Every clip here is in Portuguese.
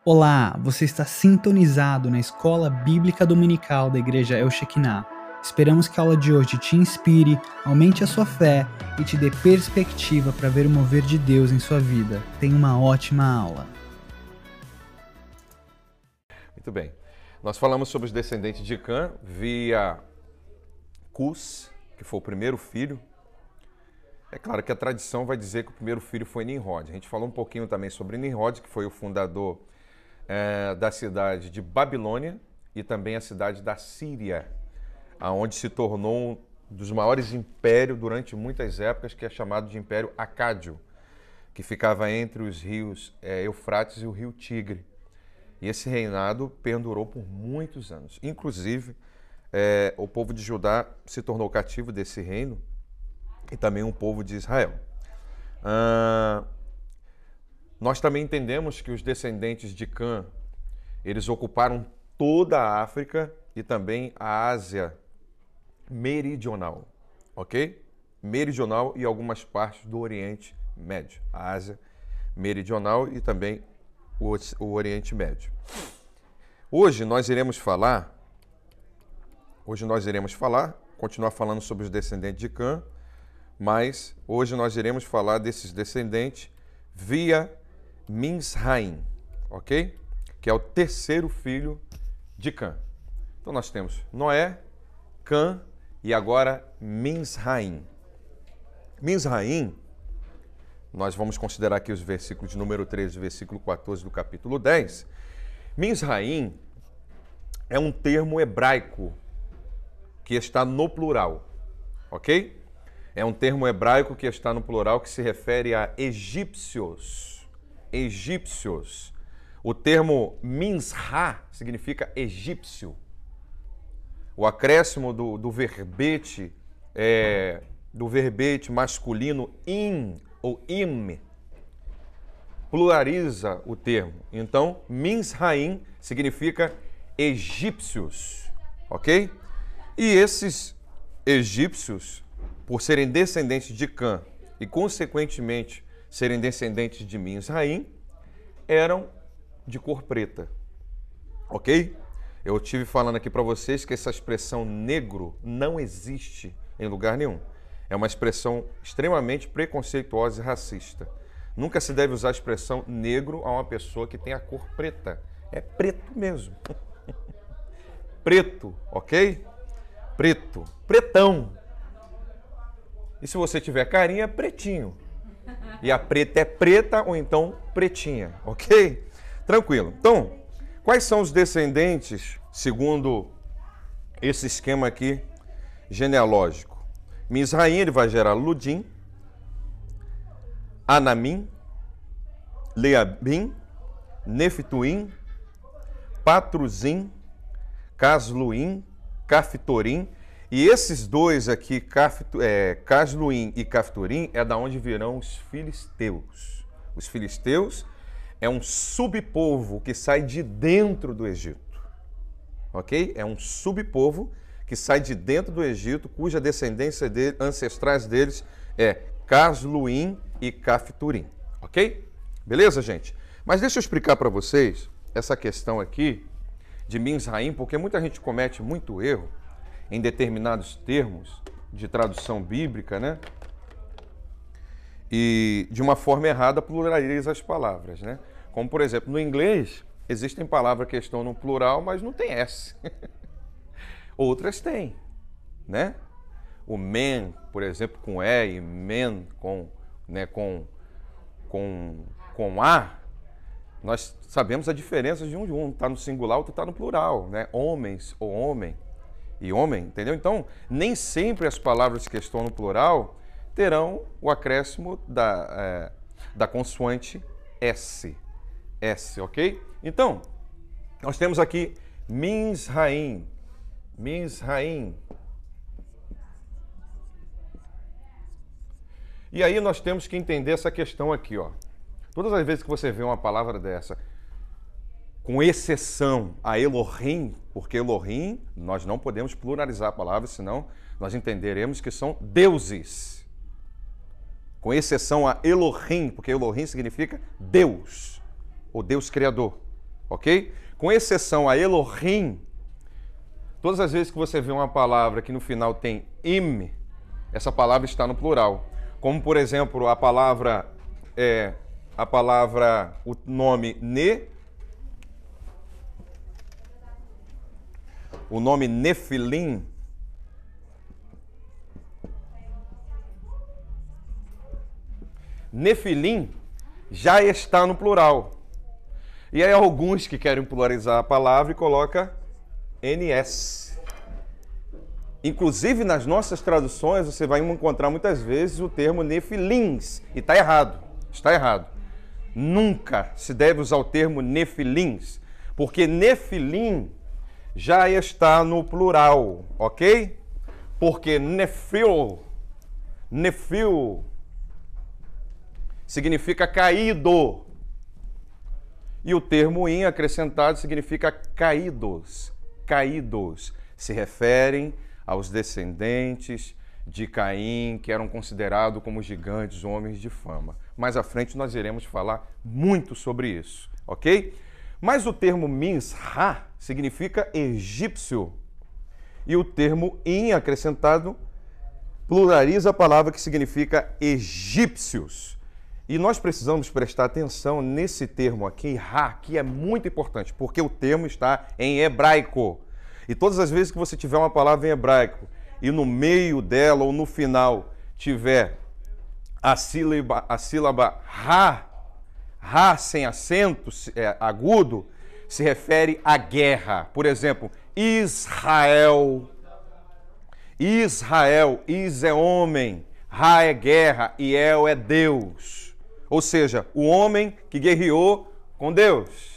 Olá, você está sintonizado na Escola Bíblica Dominical da Igreja El Shekinah. Esperamos que a aula de hoje te inspire, aumente a sua fé e te dê perspectiva para ver o mover de Deus em sua vida. Tenha uma ótima aula. Muito bem. Nós falamos sobre os descendentes de Cã via Cus, que foi o primeiro filho. É claro que a tradição vai dizer que o primeiro filho foi Nimrod. A gente falou um pouquinho também sobre Nimrod, que foi o fundador da cidade de Babilônia e também a cidade da Síria, aonde se tornou um dos maiores impérios durante muitas épocas, que é chamado de Império Acádio, que ficava entre os rios Eufrates e o rio Tigre. E esse reinado perdurou por muitos anos. Inclusive, o povo de Judá se tornou cativo desse reino e também o povo de Israel. Nós também entendemos que os descendentes de Cã, eles ocuparam toda a África e também a Ásia meridional, ok? Meridional e algumas partes do Oriente Médio. A Ásia meridional e também o Oriente Médio. Hoje nós iremos continuar falando sobre os descendentes de Cã, mas hoje nós iremos falar desses descendentes via Mizraim, ok? Que é o terceiro filho de Cã. Então nós temos Noé, Cã e agora Mizraim. Mizraim, nós vamos considerar aqui os versículos de número 13 e versículo 14 do capítulo 10. Mizraim é um termo hebraico que está no plural, ok? É um termo hebraico que está no plural que se refere a egípcios. Egípcios. O termo Mizra significa egípcio. O acréscimo do verbete masculino in ou im pluraliza o termo. Então, Mizraim significa egípcios, ok? E esses egípcios, por serem descendentes de Cã e, consequentemente, serem descendentes de Mizraim, eram de cor preta, ok? Eu estive falando aqui para vocês que essa expressão negro não existe em lugar nenhum. É uma expressão extremamente preconceituosa e racista. Nunca se deve usar a expressão negro a uma pessoa que tem a cor preta. É preto mesmo. Preto, ok? Preto, pretão. E se você tiver carinha, é pretinho. E a preta é preta ou então pretinha, ok? Tranquilo. Então, quais são os descendentes, segundo esse esquema aqui genealógico? Mizraim, ele vai gerar Ludim, Anamim, Leabim, Neftuim, Patruzim, Casluim, Caftorim. E esses dois aqui, Casluim e Caftorim, é da onde virão os filisteus. Os filisteus é um subpovo que sai de dentro do Egito, ok? É um subpovo que sai de dentro do Egito, cuja descendência ancestrais deles é Casluim e Caftorim, ok? Beleza, gente? Mas deixa eu explicar para vocês essa questão aqui de Mizraim, porque muita gente comete muito erro em determinados termos de tradução bíblica, né? E de uma forma errada pluraliza as palavras, né? Como, por exemplo, no inglês, existem palavras que estão no plural, mas não tem S. Outras têm, né? O man, por exemplo, com E, e men com A, nós sabemos a diferença de um está no singular, outro está no plural, né? Homens ou homem e homem, entendeu? Então, nem sempre as palavras que estão no plural terão o acréscimo da consoante S. S, ok? Então, nós temos aqui Mizraim. Mizraim. E aí nós temos que entender essa questão aqui, ó. Todas as vezes que você vê uma palavra dessa, com exceção a Elohim, porque Elohim, nós não podemos pluralizar a palavra, senão nós entenderemos que são deuses. Com exceção a Elohim, porque Elohim significa Deus, ou Deus Criador. ok? Com exceção a Elohim, todas as vezes que você vê uma palavra que no final tem im, essa palavra está no plural. Como, por exemplo, o nome o nome Nefilim, Nefilim já está no plural. E aí alguns que querem pluralizar a palavra e coloca NS. Inclusive nas nossas traduções você vai encontrar muitas vezes o termo Nefilins. E está errado. Está errado. Nunca se deve usar o termo Nefilins, porque Nefilim já está no plural, ok? Porque Nefil significa caído. E o termo in acrescentado significa caídos. Caídos se referem aos descendentes de Caim, que eram considerados como gigantes, homens de fama. Mais à frente nós iremos falar muito sobre isso, ok? Mas o termo Misra significa egípcio. E o termo in acrescentado pluraliza a palavra que significa egípcios. E nós precisamos prestar atenção nesse termo aqui, Ra, que é muito importante, porque o termo está em hebraico. E todas as vezes que você tiver uma palavra em hebraico e no meio dela ou no final tiver a sílaba Ra, Ra sem acento agudo, se refere à guerra. Por exemplo, Israel. Israel, Is é homem, Ra é guerra e El é Deus. Ou seja, o homem que guerreou com Deus.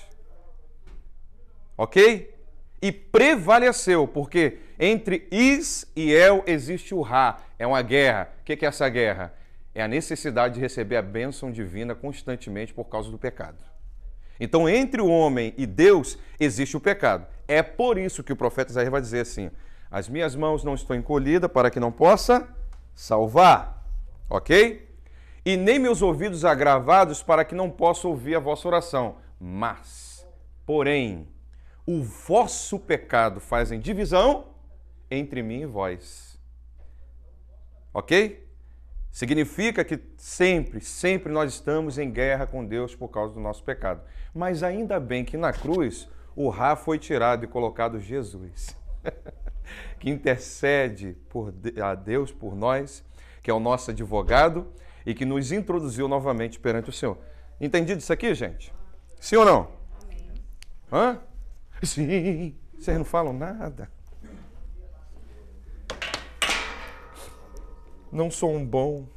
Ok? E prevaleceu, porque entre Is e El existe o Ra. É uma guerra. O que é essa guerra? É a necessidade de receber a bênção divina constantemente por causa do pecado. Então, entre o homem e Deus existe o pecado. É por isso que o profeta Isaías vai dizer assim: as minhas mãos não estão encolhidas para que não possa salvar. Ok? E nem meus ouvidos agravados para que não possa ouvir a vossa oração. Mas, porém, o vosso pecado fazem divisão entre mim e vós. Ok? Significa que sempre nós estamos em guerra com Deus por causa do nosso pecado. Mas ainda bem que na cruz o Ra foi tirado e colocado Jesus, que intercede a Deus por nós, que é o nosso advogado e que nos introduziu novamente perante o Senhor. Entendido isso aqui, gente? Sim ou não? Amém. Hã? Sim. Vocês não falam nada. Não sou um bom.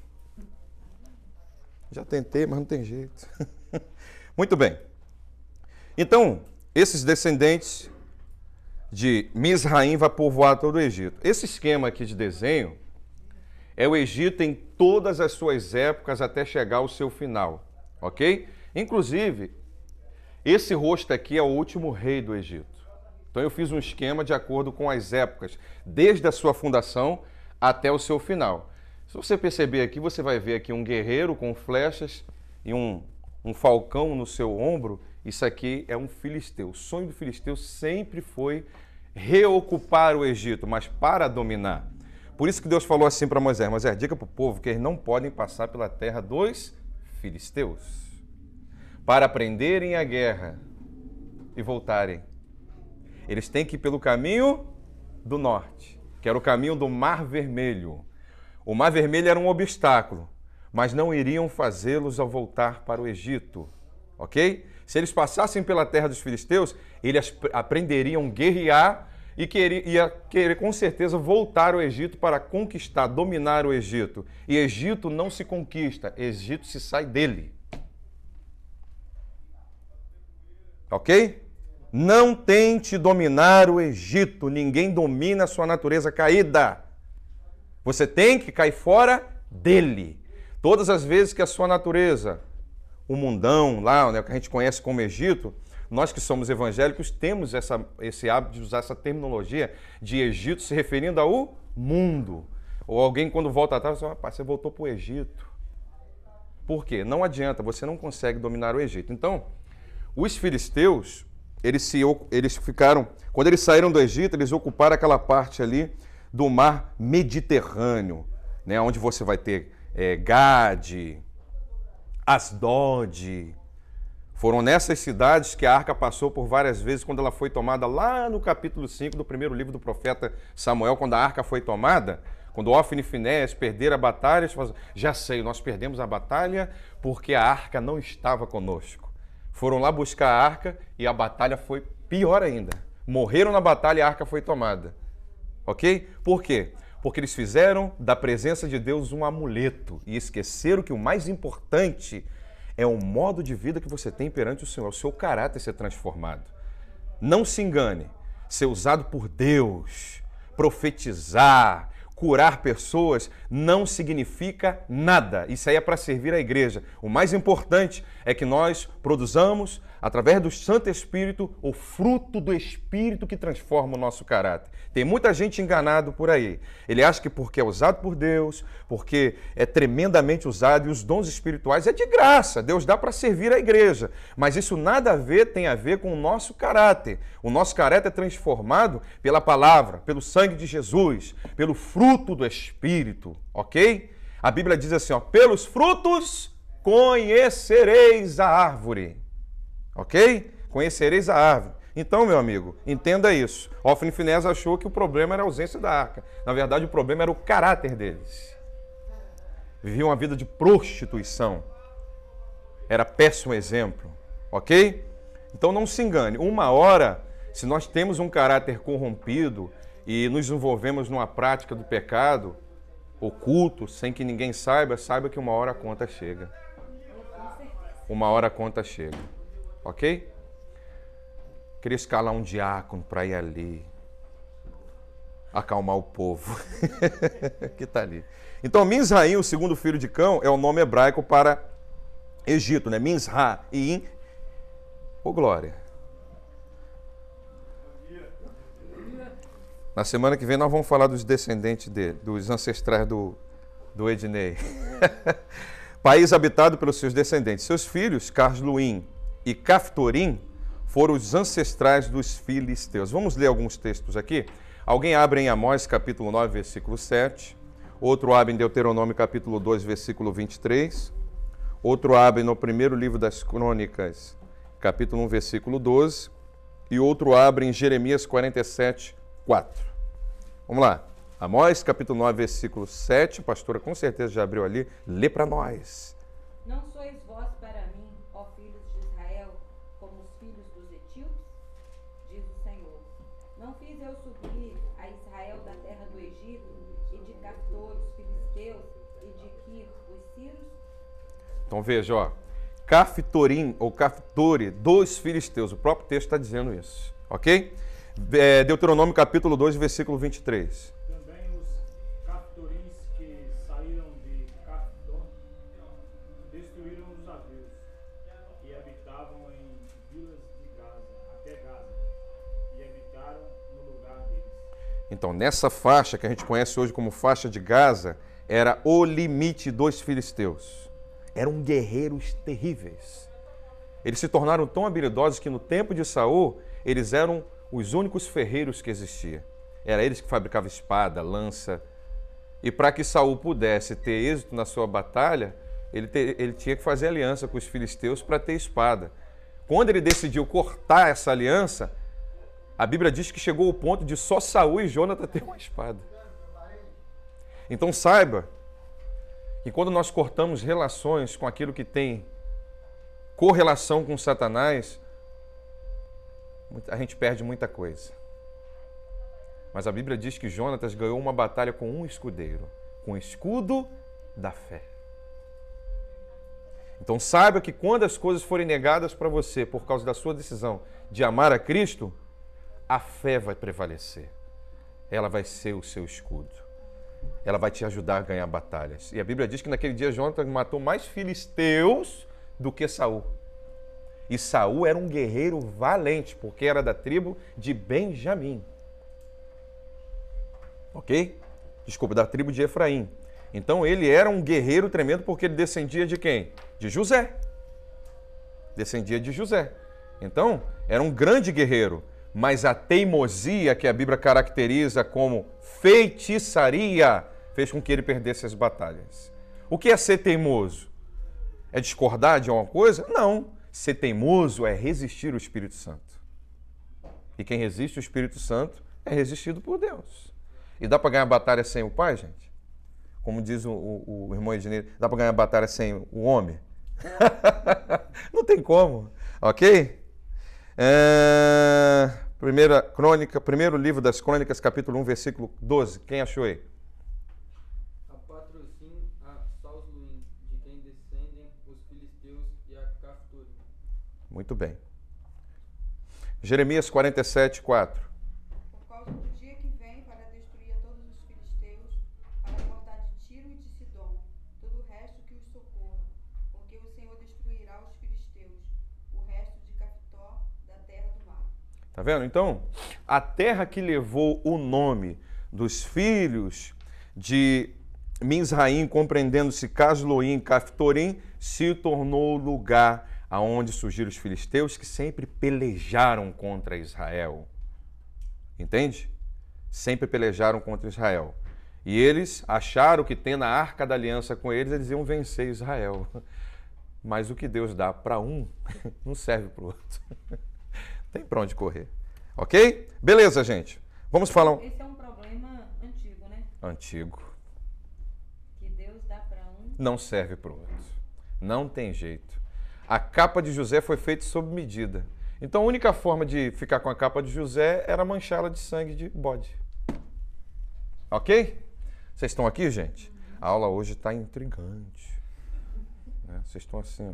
Já tentei, mas não tem jeito. Muito bem. Então, esses descendentes de Misraim vão povoar todo o Egito. Esse esquema aqui de desenho é o Egito em todas as suas épocas até chegar ao seu final, ok? Inclusive, esse rosto aqui é o último rei do Egito. Então eu fiz um esquema de acordo com as épocas, desde a sua fundação até o seu final. Se você perceber aqui, você vai ver aqui um guerreiro com flechas e um falcão no seu ombro. Isso aqui é um filisteu. O sonho do filisteu sempre foi reocupar o Egito, mas para dominar. Por isso que Deus falou assim para Moisés: Moisés, diga para o povo que eles não podem passar pela terra dos filisteus, para aprenderem a guerra e voltarem. Eles têm que ir pelo caminho do norte, que era o caminho do Mar Vermelho. O Mar Vermelho era um obstáculo, mas não iriam fazê-los ao voltar para o Egito, ok? Se eles passassem pela terra dos filisteus, eles aprenderiam a guerrear e ia querer com certeza voltar ao Egito para conquistar, dominar o Egito. E Egito não se conquista, Egito se sai dele. Ok? Não tente dominar o Egito, ninguém domina a sua natureza caída. Você tem que cair fora dele. Todas as vezes que a sua natureza, o mundão lá, né, que a gente conhece como Egito, nós que somos evangélicos temos esse hábito de usar essa terminologia de Egito se referindo ao mundo. Ou alguém quando volta atrás, fala, rapaz, você voltou para o Egito. Por quê? Não adianta, você não consegue dominar o Egito. Então, os filisteus, eles ficaram, quando eles saíram do Egito, eles ocuparam aquela parte ali do mar Mediterrâneo, né, onde você vai ter Gade, Asdod. Foram nessas cidades que a arca passou por várias vezes, quando ela foi tomada lá no capítulo 5 do primeiro livro do profeta Samuel, quando a arca foi tomada, quando Ofni e Finéias perderam a batalha, eles falaram, já sei, nós perdemos a batalha porque a arca não estava conosco. Foram lá buscar a arca e a batalha foi pior ainda. Morreram na batalha e a arca foi tomada. Ok? Por quê? Porque eles fizeram da presença de Deus um amuleto e esqueceram que o mais importante é o modo de vida que você tem perante o Senhor, o seu caráter ser transformado. Não se engane, ser usado por Deus, profetizar, curar pessoas, não significa nada. Isso aí é para servir a igreja. O mais importante é que nós produzamos, através do Santo Espírito, o fruto do Espírito que transforma o nosso caráter. Tem muita gente enganado por aí. Ele acha que porque é usado por Deus, porque é tremendamente usado, e os dons espirituais é de graça. Deus dá para servir a igreja. Mas isso nada tem a ver com o nosso caráter. O nosso caráter é transformado pela palavra, pelo sangue de Jesus, pelo fruto do Espírito, ok? A Bíblia diz assim, ó, pelos frutos conhecereis a árvore. Ok? Conhecereis a árvore. Então, meu amigo, entenda isso. Ofni e Finéias achou que o problema era a ausência da arca. Na verdade, o problema era o caráter deles. Viviam uma vida de prostituição. Era péssimo exemplo. Ok? Então, não se engane. Uma hora, se nós temos um caráter corrompido e nos envolvemos numa prática do pecado oculto, sem que ninguém saiba que uma hora a conta chega. Uma hora a conta chega. Ok? Queria escalar um diácono para ir ali, acalmar o povo que está ali. Então, Mizraim, o segundo filho de Cão, é o nome hebraico para Egito, né? Mizraim. Ô, glória. Na semana que vem nós vamos falar dos descendentes dele, dos ancestrais do Ednei. País habitado pelos seus descendentes. Seus filhos, Casluim e Caftorim, foram os ancestrais dos filisteus. Vamos ler alguns textos aqui. Alguém abre em Amós, capítulo 9, versículo 7. Outro abre em Deuteronômio, capítulo 2, versículo 23. Outro abre no primeiro livro das Crônicas, capítulo 1, versículo 12. E outro abre em Jeremias 47, 4. Vamos lá. Amós, capítulo 9, versículo 7. A pastora com certeza já abriu ali. Lê para nós. Não sois vós para mim, ó filhos de Israel, como os filhos dos etíopes? Diz o Senhor. Não fiz eu subir a Israel da terra do Egito, e de Caftor, os filisteus, e de Quir, os sírios? Então veja, ó. Caftorim, ou Caftore, dos filisteus. O próprio texto está dizendo isso. Ok? Deuteronômio, capítulo 2, versículo 23. Também os Caftorins que saíram de Caftor destruíram os aveus e habitavam em vilas de Gaza, até Gaza, e habitaram no lugar deles. Então, nessa faixa que a gente conhece hoje como faixa de Gaza, era o limite dos filisteus. Eram guerreiros terríveis. Eles se tornaram tão habilidosos que no tempo de Saul, eles eram os únicos ferreiros que existiam. Era eles que fabricavam espada, lança. E para que Saul pudesse ter êxito na sua batalha, ele tinha que fazer aliança com os filisteus para ter espada. Quando ele decidiu cortar essa aliança, a Bíblia diz que chegou ao ponto de só Saul e Jonathan ter uma espada. Então saiba que quando nós cortamos relações com aquilo que tem correlação com Satanás, a gente perde muita coisa. Mas a Bíblia diz que Jonatas ganhou uma batalha com um escudeiro, com o escudo da fé. Então saiba que quando as coisas forem negadas para você por causa da sua decisão de amar a Cristo, a fé vai prevalecer. Ela vai ser o seu escudo. Ela vai te ajudar a ganhar batalhas. E a Bíblia diz que naquele dia Jonatas matou mais filisteus do que Saul. E Saul era um guerreiro valente, porque era da tribo de Benjamim. Ok? Desculpa, da tribo de Efraim. Então ele era um guerreiro tremendo porque ele descendia de quem? De José. Descendia de José. Então, era um grande guerreiro, mas a teimosia que a Bíblia caracteriza como feitiçaria fez com que ele perdesse as batalhas. O que é ser teimoso? É discordar de alguma coisa? Não. Ser teimoso é resistir o Espírito Santo. E quem resiste o Espírito Santo é resistido por Deus. E dá para ganhar batalha sem o Pai, gente? Como diz o irmão Ednei, dá para ganhar batalha sem o homem? Não tem como, ok? Primeiro livro das Crônicas, capítulo 1, versículo 12. Quem achou aí? A patrocínio a Sausluim, de quem descendem os filisteus e a Caftorim. Muito bem. Jeremias 47, 4. Por causa do dia que vem para destruir a todos os filisteus, para cortar de Tiro e de Sidom todo o resto que os socorra, porque o Senhor destruirá os filisteus, o resto de Caftor, da terra do mar. Tá vendo? Então, a terra que levou o nome dos filhos de Mizraim, compreendendo-se Casloim e Caftorim, se tornou o lugar aonde surgiram os filisteus que sempre pelejaram contra Israel. Entende? Sempre pelejaram contra Israel. E eles acharam que tendo a Arca da Aliança com eles, eles iam vencer Israel. Mas o que Deus dá para um, não serve para o outro. Tem para onde correr. Ok? Beleza, gente. Vamos falar... Esse é um problema antigo, né? Antigo. Que Deus dá para um. Não serve para o outro. Não tem jeito. A capa de José foi feita sob medida. Então a única forma de ficar com a capa de José era manchá-la de sangue de bode. Ok? Vocês estão aqui, gente? A aula hoje está intrigante. Né? Vocês estão assim.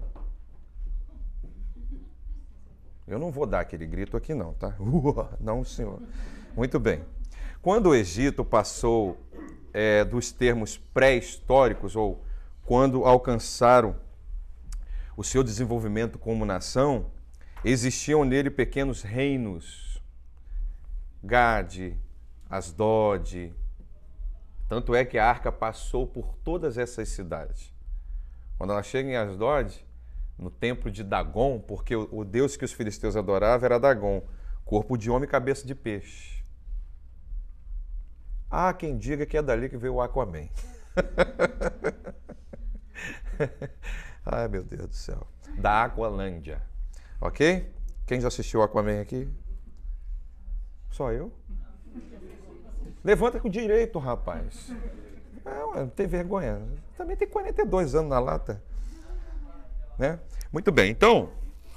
Eu não vou dar aquele grito aqui não, tá? Não, senhor. Muito bem. Quando o Egito passou dos termos pré-históricos, ou quando alcançaram o seu desenvolvimento como nação, existiam nele pequenos reinos. Gade, Asdod. Tanto é que a arca passou por todas essas cidades. Quando ela chega em Asdod, no templo de Dagon, porque o deus que os filisteus adoravam era Dagon, corpo de homem e cabeça de peixe. Há quem diga que é dali que veio o Aquaman. Ai, meu Deus do céu. Da Aqualândia. Ok? Quem já assistiu o Aquaman aqui? Só eu? Levanta com direito, rapaz. Não tem vergonha. Também tem 42 anos na lata. Né? Muito bem. Então,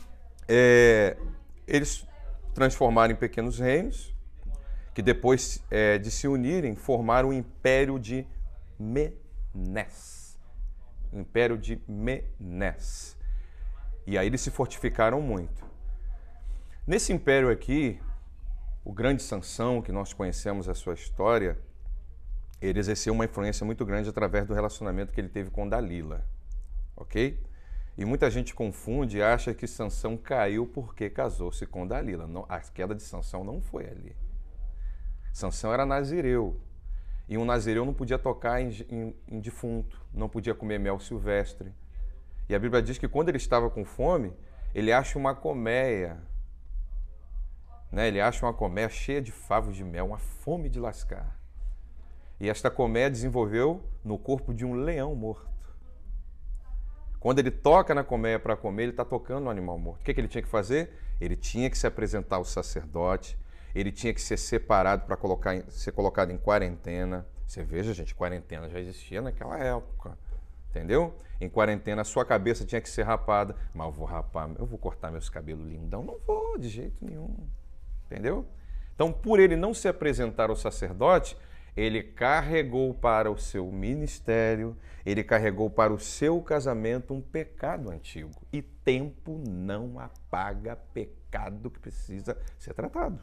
eles transformaram em pequenos reinos, que depois de se unirem, formaram o Império de Menés. Império de Menés. E aí eles se fortificaram muito. Nesse império aqui, o grande Sansão, que nós conhecemos a sua história, ele exerceu uma influência muito grande através do relacionamento que ele teve com Dalila. Ok? E muita gente confunde e acha que Sansão caiu porque casou-se com Dalila. Não, a queda de Sansão não foi ali. Sansão era nazireu. E um nazireu não podia tocar em defunto, não podia comer mel silvestre. E a Bíblia diz que quando ele estava com fome, ele acha uma colmeia. Né? Ele acha uma colmeia cheia de favos de mel, uma fome de lascar. E esta colmeia desenvolveu no corpo de um leão morto. Quando ele toca na colmeia para comer, ele está tocando no animal morto. O que ele tinha que fazer? Ele tinha que se apresentar ao sacerdote, ele tinha que ser separado para ser colocado em quarentena. Você veja, gente, quarentena já existia naquela época, entendeu? Em quarentena, a sua cabeça tinha que ser rapada. Mas eu vou cortar meus cabelos lindão? Não vou, de jeito nenhum, entendeu? Então, por ele não se apresentar ao sacerdote, ele carregou para o seu ministério, ele carregou para o seu casamento um pecado antigo. E tempo não apaga pecado que precisa ser tratado.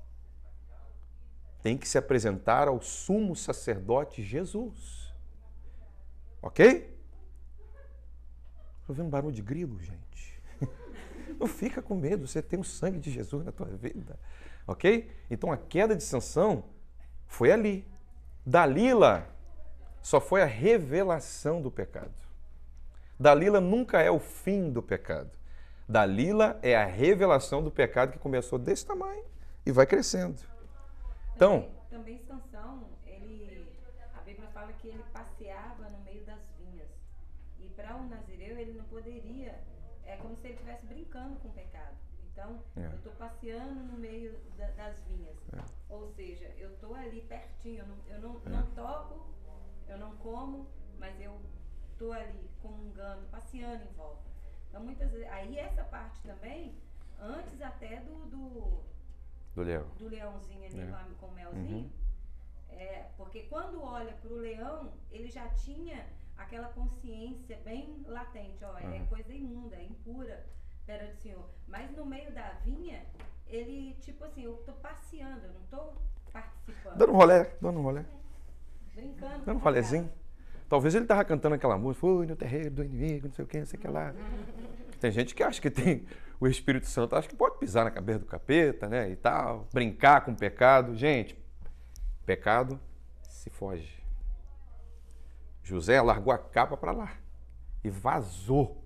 Tem que se apresentar ao sumo sacerdote Jesus. Ok? Estou ouvindo barulho de grilo, gente. Não fica com medo, você tem o sangue de Jesus na tua vida. Ok? Então a queda de Sansão foi ali. Dalila só foi a revelação do pecado. Dalila nunca é o fim do pecado. Dalila é a revelação do pecado que começou desse tamanho e vai crescendo. Então, também Sansão, a Bíblia fala que ele passeava no meio das vinhas. E para um nazireu ele não poderia, é como se ele estivesse brincando com o pecado. Então, eu estou passeando no meio das vinhas. Ou seja, eu estou ali pertinho, eu não toco, eu não como, mas eu estou ali comungando, passeando em volta. Então, muitas vezes, aí essa parte também, antes até do leãozinho ali com o melzinho, porque quando olha para o leão, ele já tinha aquela consciência bem latente, ó, é coisa imunda, é impura perante o Senhor. Mas no meio da vinha, ele, tipo assim, eu tô passeando, eu não tô participando. Dando um rolé. Brincando. Dando um rolézinho. Talvez ele tava cantando aquela música, foi no terreiro do inimigo, não sei o que, não sei o que lá. Tem gente que acha que tem o Espírito Santo, acha que pode pisar na cabeça do capeta, né, e tal, brincar com o pecado. Gente, pecado se foge. José largou a capa para lá e vazou.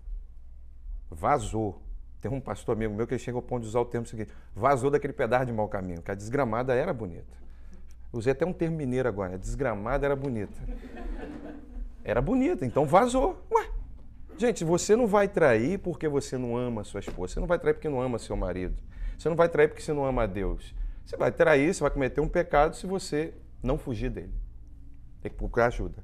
Tem um pastor amigo meu que ele chega ao ponto de usar o termo seguinte: vazou daquele pedaço de mau caminho, que a desgramada era bonita. Usei até um termo mineiro agora, a desgramada era bonita. Era bonita, então vazou. Ué, gente, você não vai trair porque você não ama a sua esposa, você não vai trair porque não ama seu marido, você não vai trair porque você não ama a Deus. Você vai trair, você vai cometer um pecado se você não fugir dele. Tem que procurar ajuda.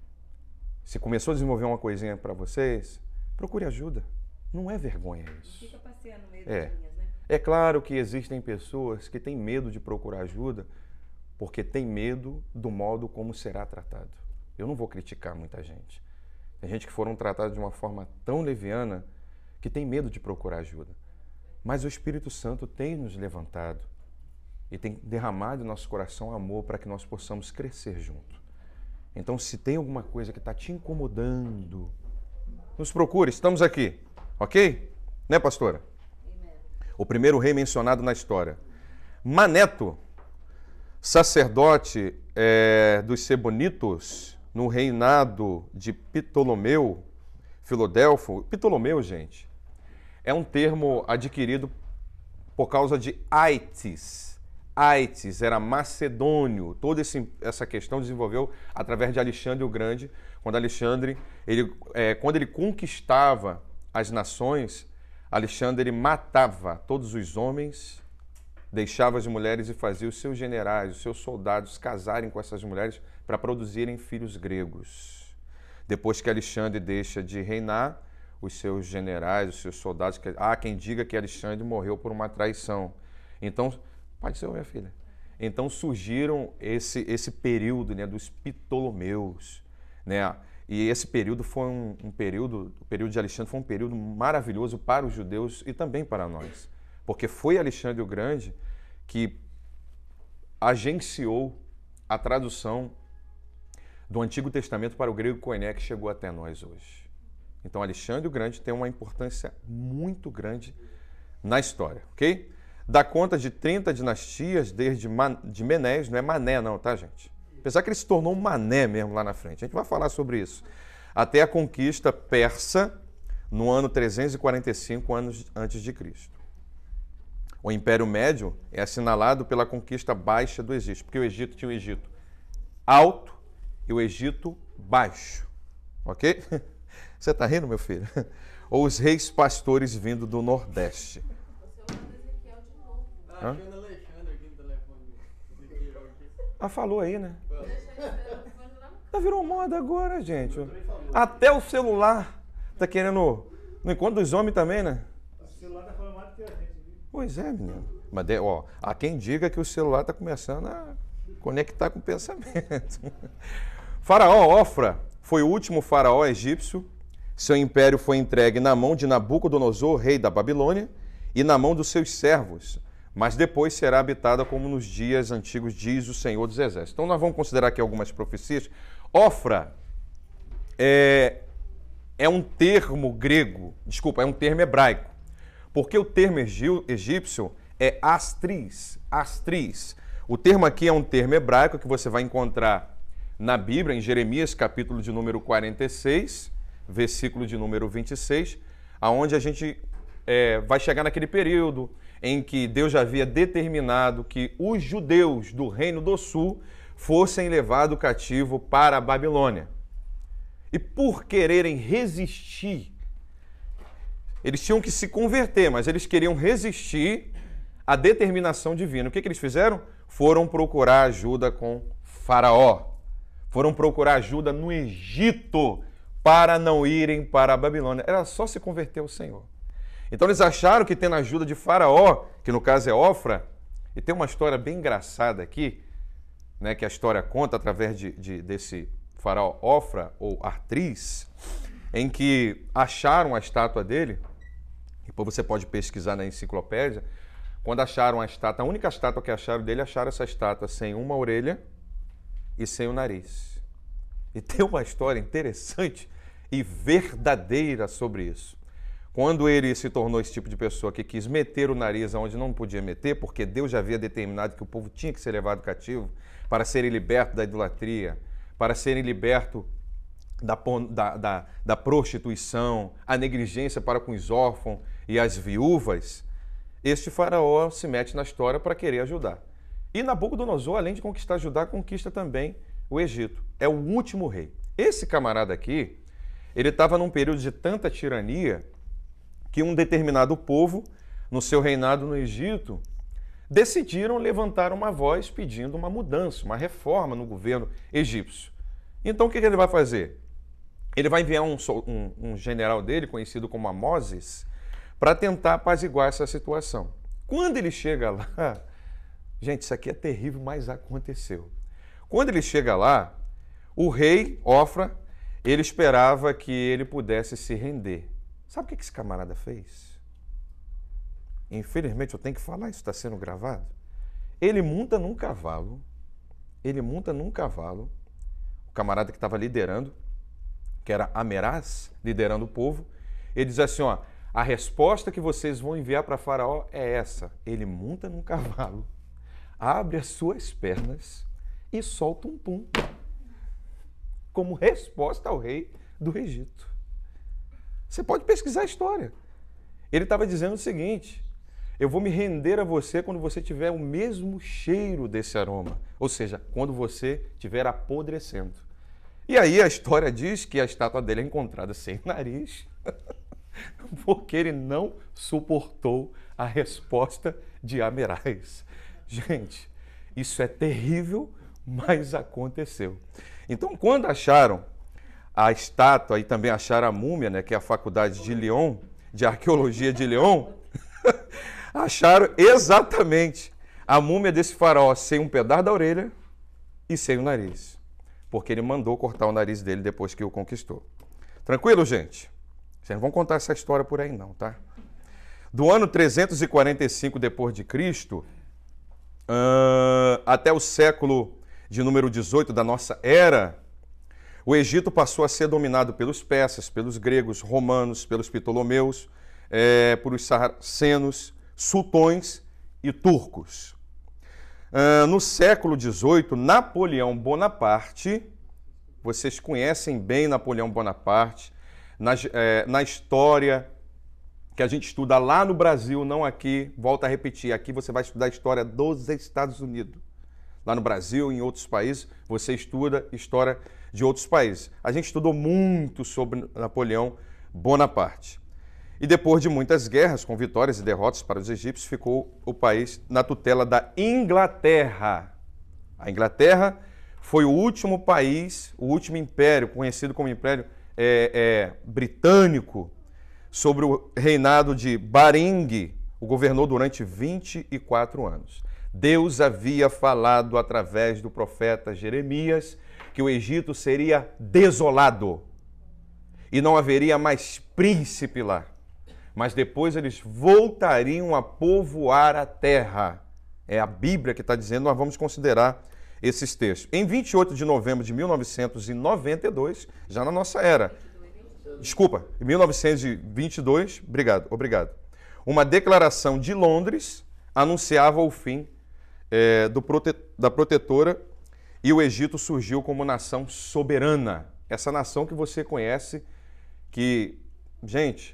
Se começou a desenvolver uma coisinha para vocês, procure ajuda. Não é vergonha isso. Fica passeando no meio das linhas, né? É claro que existem pessoas que têm medo de procurar ajuda porque têm medo do modo como será tratado. Eu não vou criticar muita gente. Tem gente que foram tratados de uma forma tão leviana que tem medo de procurar ajuda. Mas o Espírito Santo tem nos levantado e tem derramado em nosso coração amor para que nós possamos crescer junto. Então, se tem alguma coisa que está te incomodando, nos procure, estamos aqui. Ok? Né, pastora? Amen. O primeiro rei mencionado na história. Maneto, sacerdote dos Sebonitos, no reinado de Ptolomeu, Filadelfo. Ptolomeu, gente, é um termo adquirido por causa de Aites. Aites era macedônio. Toda essa questão desenvolveu através de Alexandre o Grande, quando Alexandre, quando ele conquistava as nações, Alexandre matava todos os homens, deixava as mulheres e fazia os seus generais, os seus soldados casarem com essas mulheres para produzirem filhos gregos. Depois que Alexandre deixa de reinar, os seus generais, os seus soldados, há quem diga que Alexandre morreu por uma traição. Então, pode ser, minha filha. Então surgiram esse período, né, dos Ptolomeus, né? E esse período foi o período de Alexandre foi um período maravilhoso para os judeus e também para nós. Porque foi Alexandre o Grande que agenciou a tradução do Antigo Testamento para o grego koiné que chegou até nós hoje. Então Alexandre o Grande tem uma importância muito grande na história, ok? Dá conta de 30 dinastias, desde de Menes, não é Mané não, tá, gente? Apesar que ele se tornou um mané mesmo lá na frente. A gente vai falar sobre isso. Até a conquista persa no ano 345 antes de Cristo. O Império Médio é assinalado pela conquista baixa do Egito, porque o Egito tinha o Egito alto e o Egito baixo. Ok? Você está rindo, meu filho? Ou os reis pastores vindo do Nordeste. Hã? Ah, falou aí, né? Já virou moda agora, gente. Até o celular tá querendo... No encontro dos homens também, né? O celular tá falando mais do que a gente, viu? Pois é, menino. Mas, ó, há quem diga que o celular tá começando a conectar com o pensamento. Faraó Ofra foi o último faraó egípcio. Seu império foi entregue na mão de Nabucodonosor, rei da Babilônia, e na mão dos seus servos. Mas depois será habitada como nos dias antigos, diz o Senhor dos Exércitos. Então nós vamos considerar aqui algumas profecias. Ofra é um termo grego, desculpa, é um termo hebraico. Porque o termo egípcio é astriz. O termo aqui é um termo hebraico que você vai encontrar na Bíblia, em Jeremias, capítulo de número 46, versículo de número 26, aonde a gente vai chegar naquele período em que Deus já havia determinado que os judeus do Reino do Sul fossem levados cativo para a Babilônia. E por quererem resistir, eles tinham que se converter, mas eles queriam resistir à determinação divina. O que eles fizeram? Foram procurar ajuda com Faraó. Foram procurar ajuda no Egito para não irem para a Babilônia. Era só se converter ao Senhor. Então eles acharam que tendo a ajuda de Faraó, que no caso é Ofra, e tem uma história bem engraçada aqui, né, que a história conta através desse faraó Ofra, ou Artriz, em que acharam a estátua dele, depois você pode pesquisar na enciclopédia, quando acharam a estátua, a única estátua que acharam dele, acharam essa estátua sem uma orelha e sem o nariz. E tem uma história interessante e verdadeira sobre isso. Quando ele se tornou esse tipo de pessoa que quis meter o nariz onde não podia meter, porque Deus já havia determinado que o povo tinha que ser levado cativo para serem libertos da idolatria, para serem libertos da prostituição, a negligência para com os órfãos e as viúvas, este faraó se mete na história para querer ajudar. E Nabucodonosor, além de conquistar Judá, conquista também o Egito. É o último rei. Esse camarada aqui, ele estava num período de tanta tirania que um determinado povo, no seu reinado no Egito, decidiram levantar uma voz pedindo uma mudança, uma reforma no governo egípcio. Então o que ele vai fazer? Ele vai enviar um general dele, conhecido como Amoses, para tentar apaziguar essa situação. Quando ele chega lá, gente, isso aqui é terrível, mas aconteceu. Quando ele chega lá, o rei Ofra, ele esperava que ele pudesse se render. Sabe o que esse camarada fez? Infelizmente, eu tenho que falar, isso está sendo gravado. Ele monta num cavalo, o camarada que estava liderando, que era Ameraz, liderando o povo, ele diz assim, ó, a resposta que vocês vão enviar para Faraó é essa. Ele monta num cavalo, abre as suas pernas e solta um pum, como resposta ao rei do Egito. Você pode pesquisar a história. Ele estava dizendo o seguinte, eu vou me render a você quando você tiver o mesmo cheiro desse aroma, ou seja, quando você estiver apodrecendo. E aí a história diz que a estátua dele é encontrada sem nariz, porque ele não suportou a resposta de Ameraz. Gente, isso é terrível, mas aconteceu. Então, quando acharam a estátua e também acharam a múmia, né, que é a faculdade de Lyon, de arqueologia de Lyon, acharam exatamente a múmia desse faraó sem um pedaço da orelha e sem o nariz, porque ele mandou cortar o nariz dele depois que o conquistou. Tranquilo, gente? Vocês não vão contar essa história por aí não, tá? Do ano 345 depois de Cristo até o século de número 18 da nossa era, o Egito passou a ser dominado pelos persas, pelos gregos, romanos, pelos ptolomeus, pelos sarracenos, sultões e turcos. No século XVIII, Napoleão Bonaparte, vocês conhecem bem Napoleão Bonaparte, na história que a gente estuda lá no Brasil, não aqui, volto a repetir, aqui você vai estudar a história dos Estados Unidos. Lá no Brasil e em outros países, você estuda história de outros países. A gente estudou muito sobre Napoleão Bonaparte. E depois de muitas guerras, com vitórias e derrotas para os egípcios, ficou o país na tutela da Inglaterra. A Inglaterra foi o último país, o último império, conhecido como Império Britânico, sobre o reinado de Baring, o governou durante 24 anos. Deus havia falado através do profeta Jeremias que o Egito seria desolado e não haveria mais príncipe lá. Mas depois eles voltariam a povoar a terra. É a Bíblia que está dizendo, nós vamos considerar esses textos. Em 28 de novembro de 1992, já na nossa era, desculpa, em 1922, obrigado. Uma declaração de Londres anunciava o fim da protetora e o Egito surgiu como nação soberana. Essa nação que você conhece, que, gente,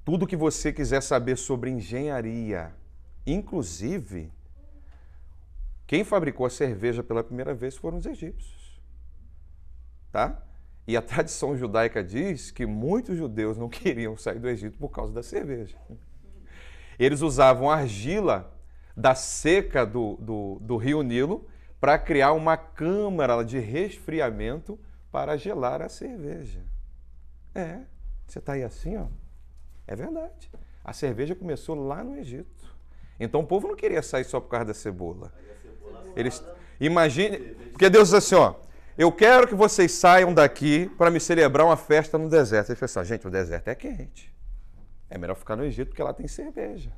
tudo que você quiser saber sobre engenharia, inclusive, quem fabricou a cerveja pela primeira vez foram os egípcios. Tá? E a tradição judaica diz que muitos judeus não queriam sair do Egito por causa da cerveja. Eles usavam argila da seca do rio Nilo para criar uma câmara de resfriamento para gelar a cerveja. Você está aí assim, ó. É verdade. A cerveja começou lá no Egito. Então o povo não queria sair só por causa da cebola. Eles, imagine, porque Deus diz assim, ó, eu quero que vocês saiam daqui para me celebrar uma festa no deserto. Eles falam assim, gente, o deserto é quente. É melhor ficar no Egito porque lá tem cerveja.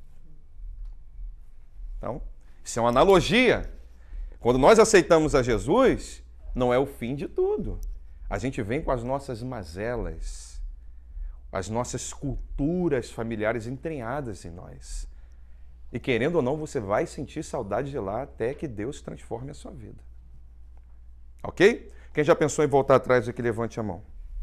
Então, isso é uma analogia. Quando nós aceitamos a Jesus, não é o fim de tudo. A gente vem com as nossas mazelas, as nossas culturas familiares entranhadas em nós. E querendo ou não, você vai sentir saudade de lá até que Deus transforme a sua vida. Ok? Quem já pensou em voltar atrás aqui, levante a mão.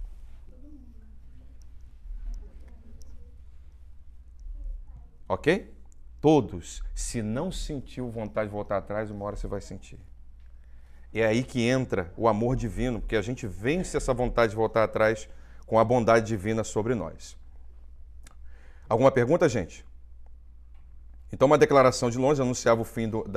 Ok? Todos. Se não sentiu vontade de voltar atrás, uma hora você vai sentir. É aí que entra o amor divino, porque a gente vence essa vontade de voltar atrás com a bondade divina sobre nós. Alguma pergunta, gente? Então, uma declaração de longe anunciava o fim do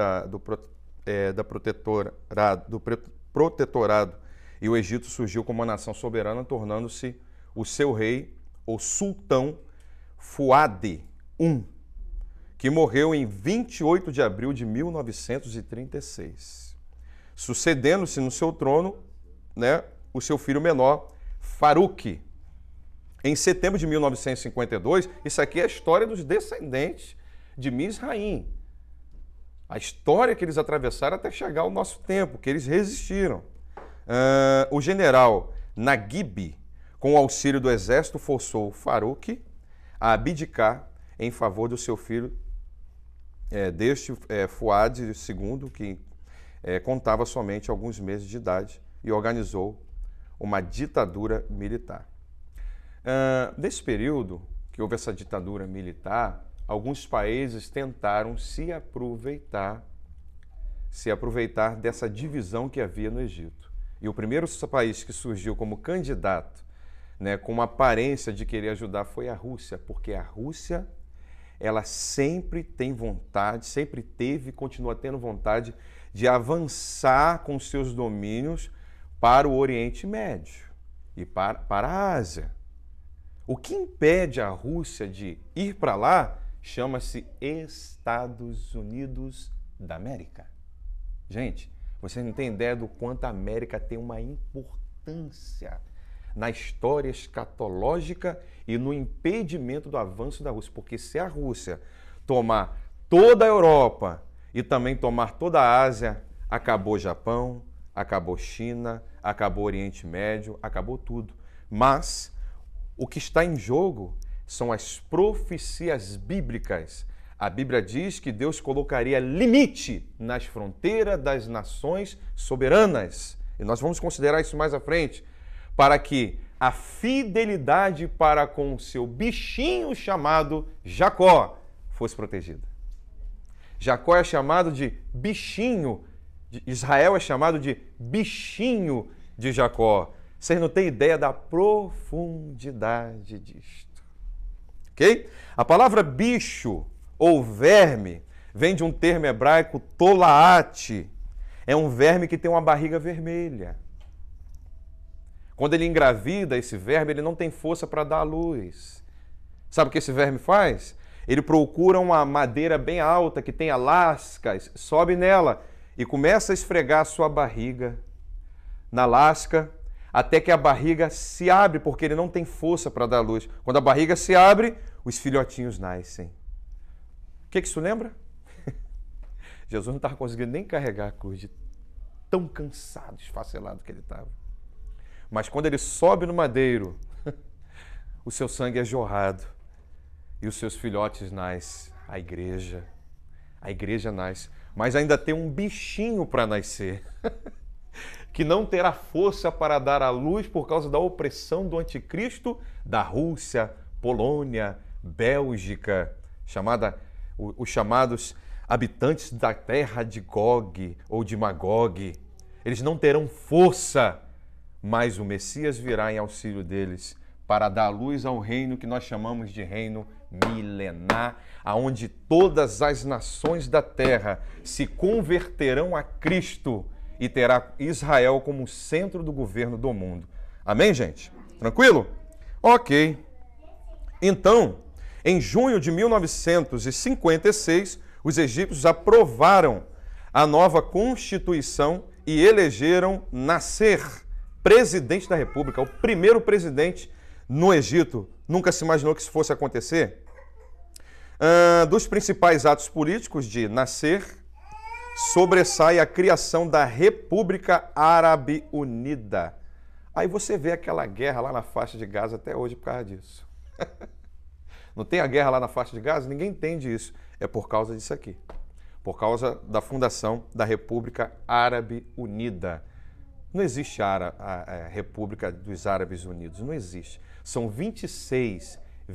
protetorado e o Egito surgiu como uma nação soberana, tornando-se o seu rei, o sultão Fuade I, que morreu em 28 de abril de 1936. Sucedendo-se no seu trono, né, o seu filho menor, Faruque. Em setembro de 1952, isso aqui é a história dos descendentes de Mizraim. A história que eles atravessaram até chegar ao nosso tempo, que eles resistiram. O general Naguib, com o auxílio do exército, forçou Faruque a abdicar em favor do seu filho, Fuad II, que contava somente alguns meses de idade, e organizou uma ditadura militar. Nesse período que houve essa ditadura militar, alguns países tentaram se aproveitar dessa divisão que havia no Egito. E o primeiro país que surgiu como candidato, né, com uma aparência de querer ajudar, foi a Rússia, porque a Rússia, ela sempre tem vontade, sempre teve e continua tendo vontade de avançar com seus domínios para o Oriente Médio e para a Ásia. O que impede a Rússia de ir para lá chama-se Estados Unidos da América. Gente, vocês não têm ideia do quanto a América tem uma importância na história escatológica e no impedimento do avanço da Rússia. Porque se a Rússia tomar toda a Europa e também tomar toda a Ásia, acabou o Japão, acabou China, acabou o Oriente Médio, acabou tudo. Mas o que está em jogo são as profecias bíblicas. A Bíblia diz que Deus colocaria limite nas fronteiras das nações soberanas. E nós vamos considerar isso mais à frente, para que a fidelidade para com o seu bichinho chamado Jacó fosse protegida. Jacó é chamado de bichinho, Israel é chamado de bichinho de Jacó. Vocês não têm ideia da profundidade disto. Ok? A palavra bicho ou verme vem de um termo hebraico tolaate. É um verme que tem uma barriga vermelha. Quando ele engravida esse verme, ele não tem força para dar à luz. Sabe o que esse verme faz? Ele procura uma madeira bem alta, que tenha lascas, sobe nela e começa a esfregar a sua barriga na lasca, até que a barriga se abre, porque ele não tem força para dar luz. Quando a barriga se abre, os filhotinhos nascem. O que isso lembra? Jesus não estava conseguindo nem carregar a cruz, de tão cansado, esfacelado que ele estava. Mas quando ele sobe no madeiro, o seu sangue é jorrado e os seus filhotes nascem. A igreja nasce. Mas ainda tem um bichinho para nascer, que não terá força para dar à luz por causa da opressão do anticristo da Rússia, Polônia, Bélgica, os chamados habitantes da terra de Gog ou de Magog. Eles não terão força, mas o Messias virá em auxílio deles para dar luz a um reino que nós chamamos de reino milenar, aonde todas as nações da terra se converterão a Cristo e terá Israel como centro do governo do mundo. Amém, gente? Tranquilo? Ok. Então, em junho de 1956, os egípcios aprovaram a nova Constituição e elegeram Nasser presidente da República, o primeiro presidente no Egito. Nunca se imaginou que isso fosse acontecer? Dos principais atos políticos de Nasser, sobressai a criação da República Árabe Unida. Aí você vê aquela guerra lá na faixa de Gaza até hoje por causa disso. Não tem a guerra lá na faixa de Gaza? Ninguém entende isso. É por causa disso aqui. Por causa da fundação da República Árabe Unida. Não existe a República dos Árabes Unidos. Não existe. São 26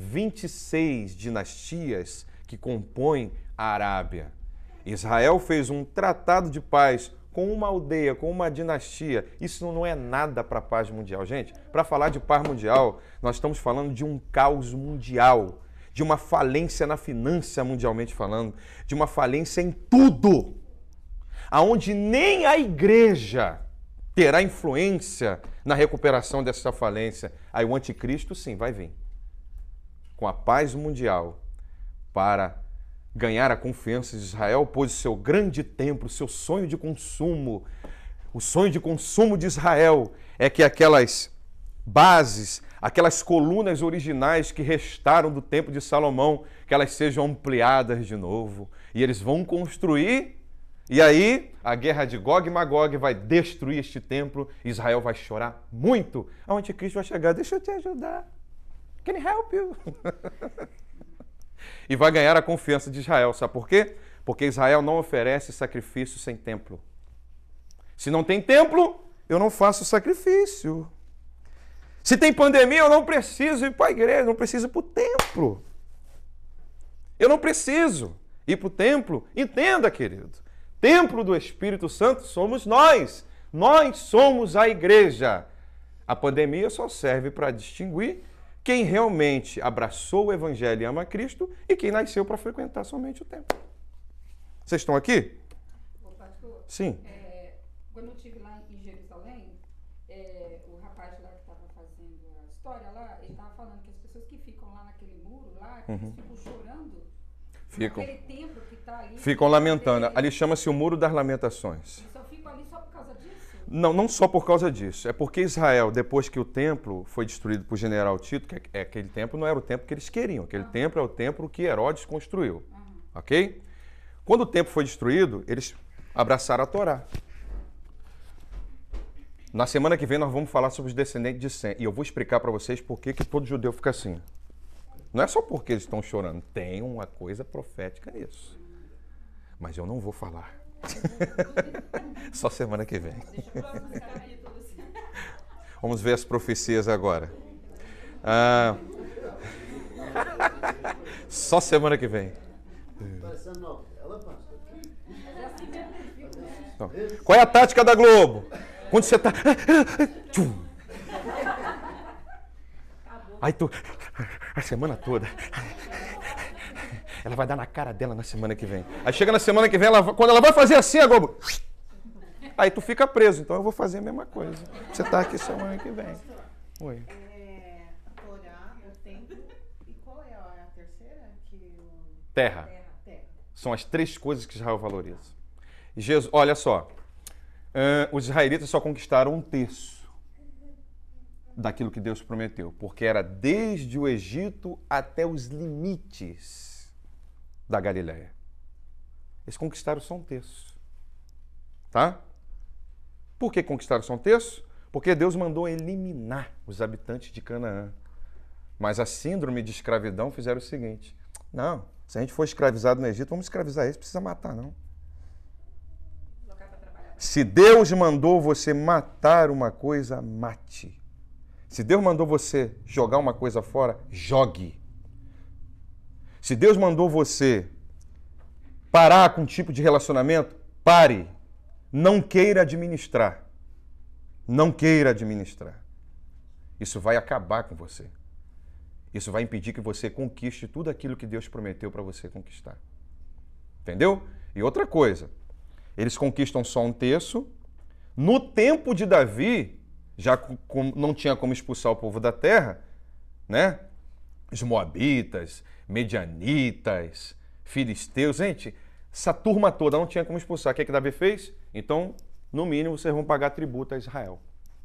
dinastias que compõem a Arábia. Israel fez um tratado de paz com uma aldeia, com uma dinastia. Isso não é nada para a paz mundial. Gente, para falar de paz mundial, nós estamos falando de um caos mundial, de uma falência na finança mundialmente falando, de uma falência em tudo, aonde nem a igreja terá influência na recuperação dessa falência. Aí o anticristo, sim, vai vir com a paz mundial para ganhar a confiança de Israel, pois o seu grande templo, o seu sonho de consumo, o sonho de consumo de Israel é que aquelas bases, aquelas colunas originais que restaram do templo de Salomão, que elas sejam ampliadas de novo. E eles vão construir, e aí a guerra de Gog e Magog vai destruir este templo, Israel vai chorar muito. O anticristo vai chegar, deixa eu te ajudar. Can I help you? E vai ganhar a confiança de Israel. Sabe por quê? Porque Israel não oferece sacrifício sem templo. Se não tem templo, eu não faço sacrifício. Se tem pandemia, eu não preciso ir para a igreja, não preciso ir para o templo. Eu não preciso ir para o templo. Entenda, querido. Templo do Espírito Santo somos nós. Nós somos a igreja. A pandemia só serve para distinguir quem realmente abraçou o Evangelho e ama Cristo e quem nasceu para frequentar somente o templo. Vocês estão aqui? Ô, pastor, Sim. quando eu estive lá em Jerusalém, o rapaz lá que estava fazendo a história lá, ele estava falando que as pessoas que ficam lá naquele muro lá, que eles ficam chorando. Ficam. Aquele templo que está ali. Ficam lamentando. Ali chama-se o Muro das Lamentações. Eles só ficam ali só por causa disso? Não, não só por causa disso. É porque Israel, depois que o templo foi destruído por general Tito, que aquele templo não era o templo que eles queriam. Aquele templo é o templo que Herodes construiu. Ok? Quando o templo foi destruído, eles abraçaram a Torá. Na semana que vem nós vamos falar sobre os descendentes de Sem. E eu vou explicar para vocês por que todo judeu fica assim. Não é só porque eles estão chorando. Tem uma coisa profética nisso. Mas eu não vou falar. Só semana que vem. Vamos ver as profecias agora. Só semana que vem. Então, qual é a tática da Globo? Quando você está... Aí tu... A semana toda... Ela vai dar na cara dela na semana que vem. Aí chega na semana que vem, quando ela vai fazer assim, a Globo... Aí tu fica preso. Então eu vou fazer a mesma coisa. Você está aqui semana que vem. Oi. A Torá, o templo, e qual é a terceira? Terra. São as três coisas que Israel valoriza. Jesus, olha só. Os israelitas só conquistaram 1/3 daquilo que Deus prometeu. Porque era desde o Egito até os limites da Galileia. Eles conquistaram só 1/3. Tá? Por que conquistaram só 1/3? Porque Deus mandou eliminar os habitantes de Canaã. Mas a síndrome de escravidão fizeram o seguinte. Não, se a gente for escravizado no Egito, vamos escravizar eles, não precisa matar, não. Se Deus mandou você matar uma coisa, mate. Se Deus mandou você jogar uma coisa fora, jogue. Se Deus mandou você parar com um tipo de relacionamento, pare. Não queira administrar. Não queira administrar. Isso vai acabar com você. Isso vai impedir que você conquiste tudo aquilo que Deus prometeu para você conquistar. Entendeu? E outra coisa, eles conquistam só um terço. No tempo de Davi, já não tinha como expulsar o povo da terra, né? Os moabitas, medianitas, filisteus, gente, essa turma toda não tinha como expulsar. O que Davi fez? Então, no mínimo, vocês vão pagar tributo a Israel.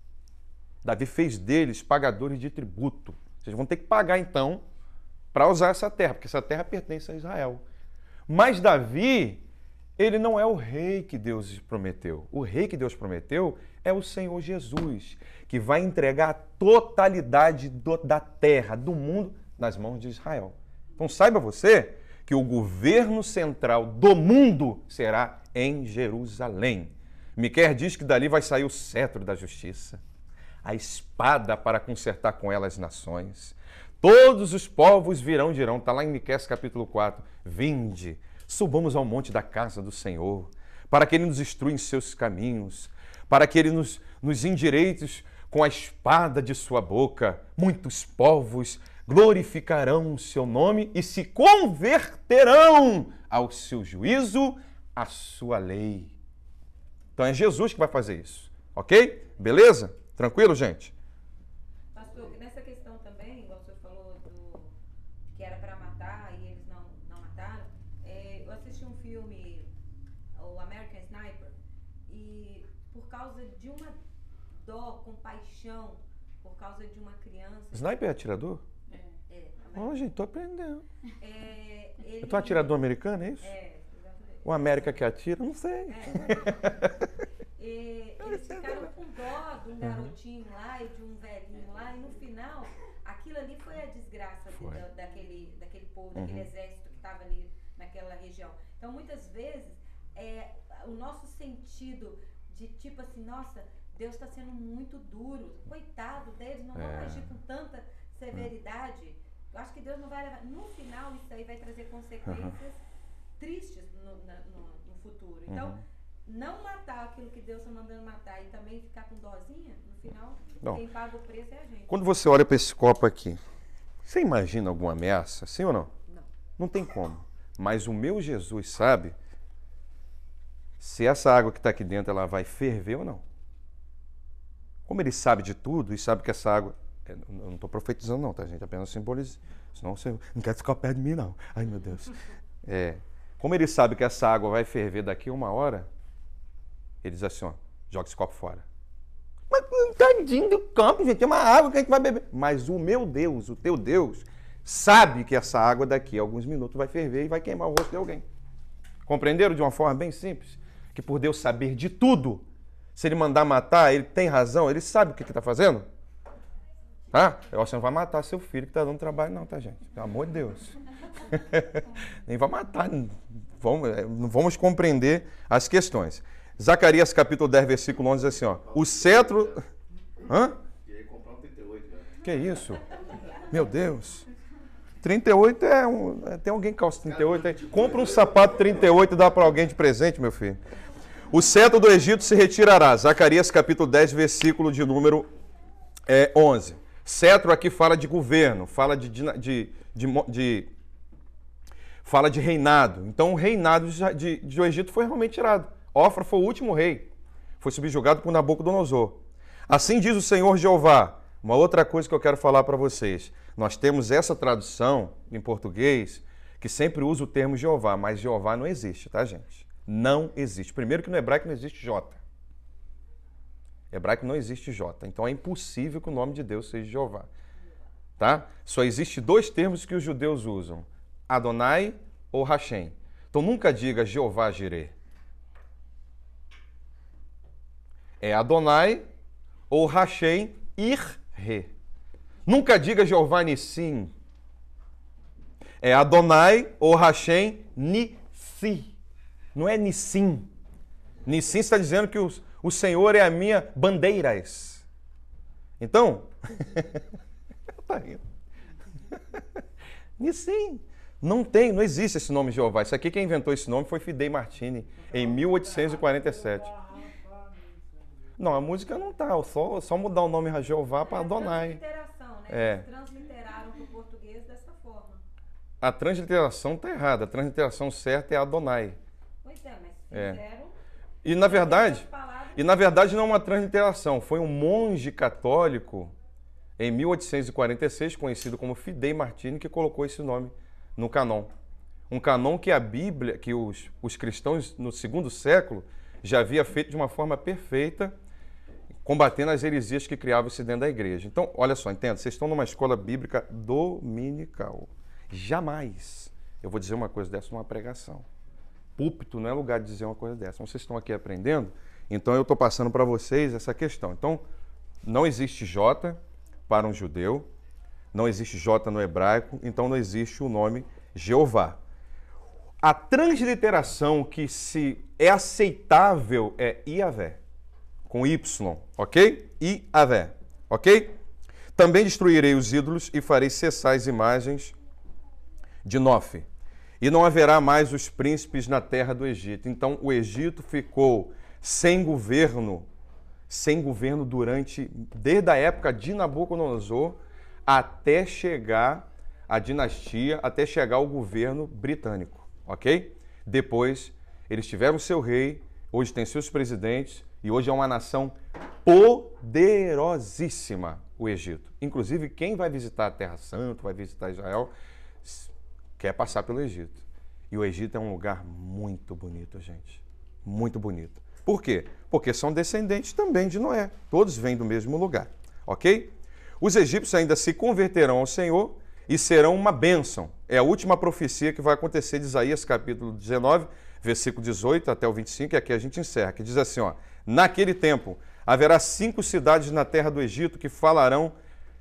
Davi fez deles pagadores de tributo. Vocês vão ter que pagar, então, para usar essa terra, porque essa terra pertence a Israel. Mas Davi, ele não é o rei que Deus prometeu. O rei que Deus prometeu é o Senhor Jesus, que vai entregar a totalidade da terra, do mundo, nas mãos de Israel. Então saiba você que o governo central do mundo será em Jerusalém. Miqueias diz que dali vai sair o cetro da justiça, a espada para consertar com ela as nações. Todos os povos dirão, está lá em Miqueias capítulo 4, vinde, subamos ao monte da casa do Senhor, para que Ele nos instrua em seus caminhos, para que Ele nos endireite com a espada de sua boca. Muitos povos glorificarão o seu nome e se converterão ao seu juízo, à sua lei. Então é Jesus que vai fazer isso, ok? Beleza? Tranquilo, gente? Pastor, nessa questão também, igual o senhor falou que era para matar e eles não mataram, eu assisti um filme, o American Sniper, e por causa de uma dó, compaixão, por causa de uma criança... Sniper é atirador? Oh, gente, tô aprendendo. Ele... Eu tô atirador americano, é isso? Exatamente. O América que atira? Não sei. Eles ficaram com dó de um garotinho lá e de um velhinho lá, e no final, aquilo ali foi a desgraça daquele povo, daquele exército que estava ali naquela região. Então, muitas vezes, o nosso sentido de tipo assim, nossa, Deus está sendo muito duro, coitado deles, não vão agir com tanta severidade. Eu acho que Deus não vai levar. No final, isso aí vai trazer consequências tristes no futuro. Então, não matar aquilo que Deus está mandando matar e também ficar com dozinha, no final, quem paga o preço é a gente. Quando você olha para esse copo aqui, você imagina alguma ameaça? Sim ou não? Não. Não tem como. Mas o meu Jesus sabe se essa água que está aqui dentro ela vai ferver ou não. Como ele sabe de tudo e sabe que essa água... Eu não estou profetizando não, tá, gente? Apenas simboliza. Senão você não quer ficar perto de mim, não. Ai, meu Deus. Como ele sabe que essa água vai ferver daqui a 1 hora, ele diz assim, ó, joga esse copo fora. Mas tadinho do copo, gente, é uma água que a gente vai beber. Mas o meu Deus, o teu Deus, sabe que essa água daqui a alguns minutos vai ferver e vai queimar o rosto de alguém. Compreenderam de uma forma bem simples? Que por Deus saber de tudo, se ele mandar matar, ele tem razão, ele sabe o que ele está fazendo? Tá? Você não vai matar seu filho que está dando trabalho não, tá, gente? Pelo amor de Deus. Nem vai matar. Não vamos compreender as questões. Zacarias capítulo 10, versículo 11 diz assim, ó. O cetro... Hã? Queria comprar um 38, cara. Que isso? Meu Deus. 38 tem alguém que calça 38 aí. Compra um sapato 38 e dá para alguém de presente, meu filho. O cetro do Egito se retirará. Zacarias capítulo 10, versículo de número 11. Cetro aqui fala de governo, fala fala de reinado. Então o reinado do Egito foi realmente tirado. Ofra foi o último rei. Foi subjugado por Nabucodonosor. Assim diz o Senhor Jeová. Uma outra coisa que eu quero falar para vocês. Nós temos essa tradução em português que sempre usa o termo Jeová, mas Jeová não existe, tá, gente? Não existe. Primeiro que no hebraico não existe J. Hebraico não existe J. Então é impossível que o nome de Deus seja Jeová. Tá? Só existe 2 termos que os judeus usam. Adonai ou Hashem. Então nunca diga Jeová Jireh. É Adonai ou Hashem Ir-Re. Nunca diga Jeová Nissim. É Adonai ou Hashem Nissi. Não é Nissim. Nissim está dizendo que o Senhor é a minha bandeiras. Então, tá rindo. Nissim. Não tem, não existe esse nome Jeová. Isso aqui quem inventou esse nome foi Fidei Martini, em 1847. Não, a música não tá, só mudar o nome a Jeová para Adonai. Transliteração, né? É. Eles transliteraram para o português dessa forma. A transliteração tá errada, a transliteração certa é Adonai. Pois é, mas É. fizeram... E na verdade, palavras... não é uma transliteração, foi um monge católico em 1846, conhecido como Fidei Martini, que colocou esse nome no canon. Um canon que a Bíblia, que os cristãos no segundo século já havia feito de uma forma perfeita, combatendo as heresias que criavam-se dentro da igreja. Então, olha só, entenda, vocês estão numa escola bíblica dominical. Jamais eu vou dizer uma coisa dessa numa pregação. Púlpito não é lugar de dizer uma coisa dessa. Vocês estão aqui aprendendo, então eu estou passando para vocês essa questão. Então, não existe J para um judeu, não existe J no hebraico, então não existe o nome Jeová. A transliteração que se é aceitável é Iavé, com Y, ok? Iavé, ok? Também destruirei os ídolos e farei cessar as imagens de Nofe. E não haverá mais os príncipes na terra do Egito. Então o Egito ficou sem governo desde a época de Nabucodonosor até chegar a dinastia, até chegar o governo britânico, ok? Depois eles tiveram seu rei, hoje tem seus presidentes e hoje é uma nação poderosíssima, o Egito. Inclusive quem vai visitar a Terra Santa, vai visitar Israel, quer passar pelo Egito. E o Egito é um lugar muito bonito, gente. Muito bonito. Por quê? Porque são descendentes também de Noé. Todos vêm do mesmo lugar, ok? Os egípcios ainda se converterão ao Senhor e serão uma bênção. É a última profecia que vai acontecer de Isaías, capítulo 19, versículo 18 até o 25, e aqui a gente encerra, que diz assim, ó, naquele tempo haverá 5 cidades na terra do Egito que falarão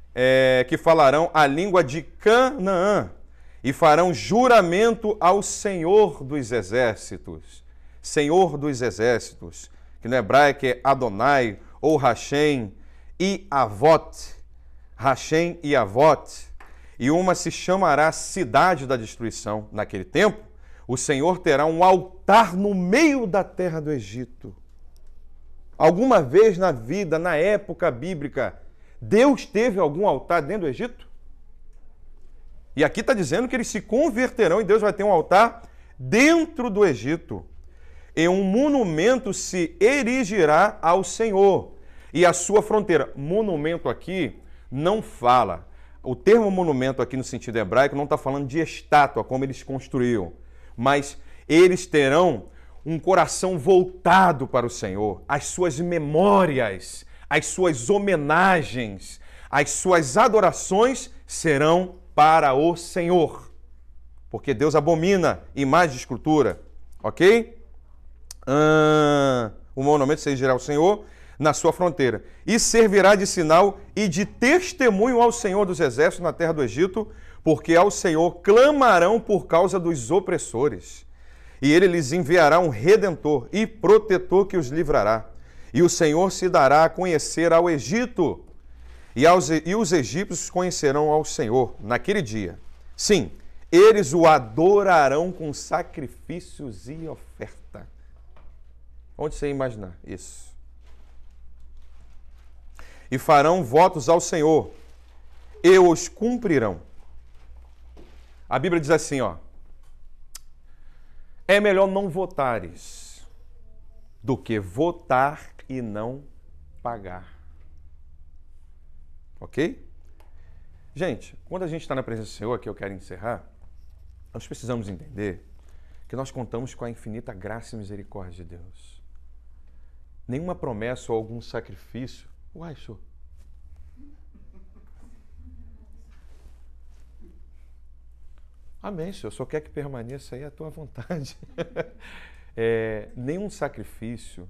a língua de Canaã e farão juramento ao Senhor dos Exércitos. Senhor dos Exércitos, que no hebraico é Adonai ou Hashem e Avot. Hashem e Avot. E uma se chamará Cidade da Destruição. Naquele tempo, o Senhor terá um altar no meio da terra do Egito. Alguma vez na vida, na época bíblica, Deus teve algum altar dentro do Egito? E aqui está dizendo que eles se converterão e Deus vai ter um altar dentro do Egito. E um monumento se erigirá ao Senhor e a sua fronteira. Monumento aqui não fala. O termo monumento aqui no sentido hebraico não está falando de estátua, como eles construíam. Mas eles terão um coração voltado para o Senhor. As suas memórias, as suas homenagens, as suas adorações serão para o Senhor. Porque Deus abomina imagem de escultura. Ok? O monumento se erigirá ao Senhor na sua fronteira. E servirá de sinal e de testemunho ao Senhor dos Exércitos na terra do Egito, porque ao Senhor clamarão por causa dos opressores. E ele lhes enviará um redentor e protetor que os livrará. E o Senhor se dará a conhecer ao Egito. E os egípcios conhecerão ao Senhor naquele dia. Sim, eles o adorarão com sacrifícios e oferta. Onde você ia imaginar isso? E farão votos ao Senhor, e os cumprirão. A Bíblia diz assim, ó. É melhor não votares do que votar e não pagar. Ok? Gente, quando a gente está na presença do Senhor, aqui eu quero encerrar, nós precisamos entender que nós contamos com a infinita graça e misericórdia de Deus. Nenhuma promessa ou algum sacrifício. Uai, senhor. Amém, senhor. Só quer que permaneça aí a tua vontade. Nenhum sacrifício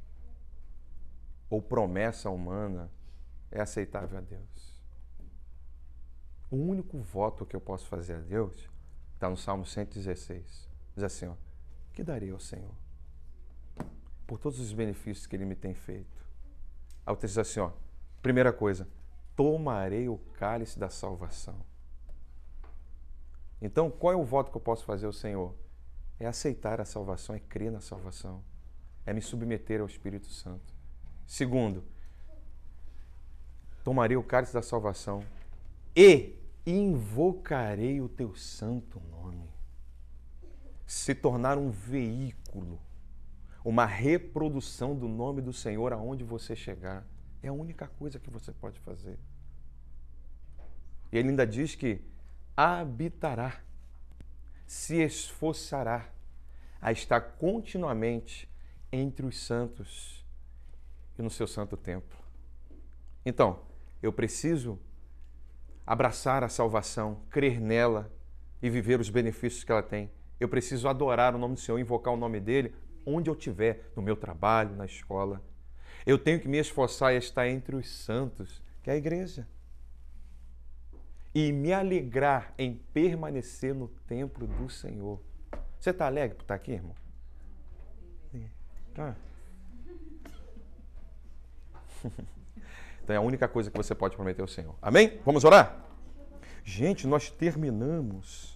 ou promessa humana é aceitável a Deus. O único voto que eu posso fazer a Deus está no Salmo 116. Diz assim, ó, que darei ao Senhor por todos os benefícios que Ele me tem feito. Aí o texto diz assim, ó, primeira coisa, tomarei o cálice da salvação. Então, qual é o voto que eu posso fazer ao Senhor? É aceitar a salvação, é crer na salvação, é me submeter ao Espírito Santo. Segundo, tomarei o cálice da salvação e invocarei o teu santo nome. Se tornar um veículo, uma reprodução do nome do Senhor aonde você chegar. É a única coisa que você pode fazer. E ele ainda diz que habitará, se esforçará a estar continuamente entre os santos e no seu santo templo. Então, eu preciso abraçar a salvação, crer nela e viver os benefícios que ela tem. Eu preciso adorar o nome do Senhor, invocar o nome dele onde eu estiver, no meu trabalho, na escola. Eu tenho que me esforçar e estar entre os santos, que é a igreja. E me alegrar em permanecer no templo do Senhor. Você está alegre por estar aqui, irmão? Tá. Então é a única coisa que você pode prometer ao Senhor. Amém? Vamos orar? Gente, nós terminamos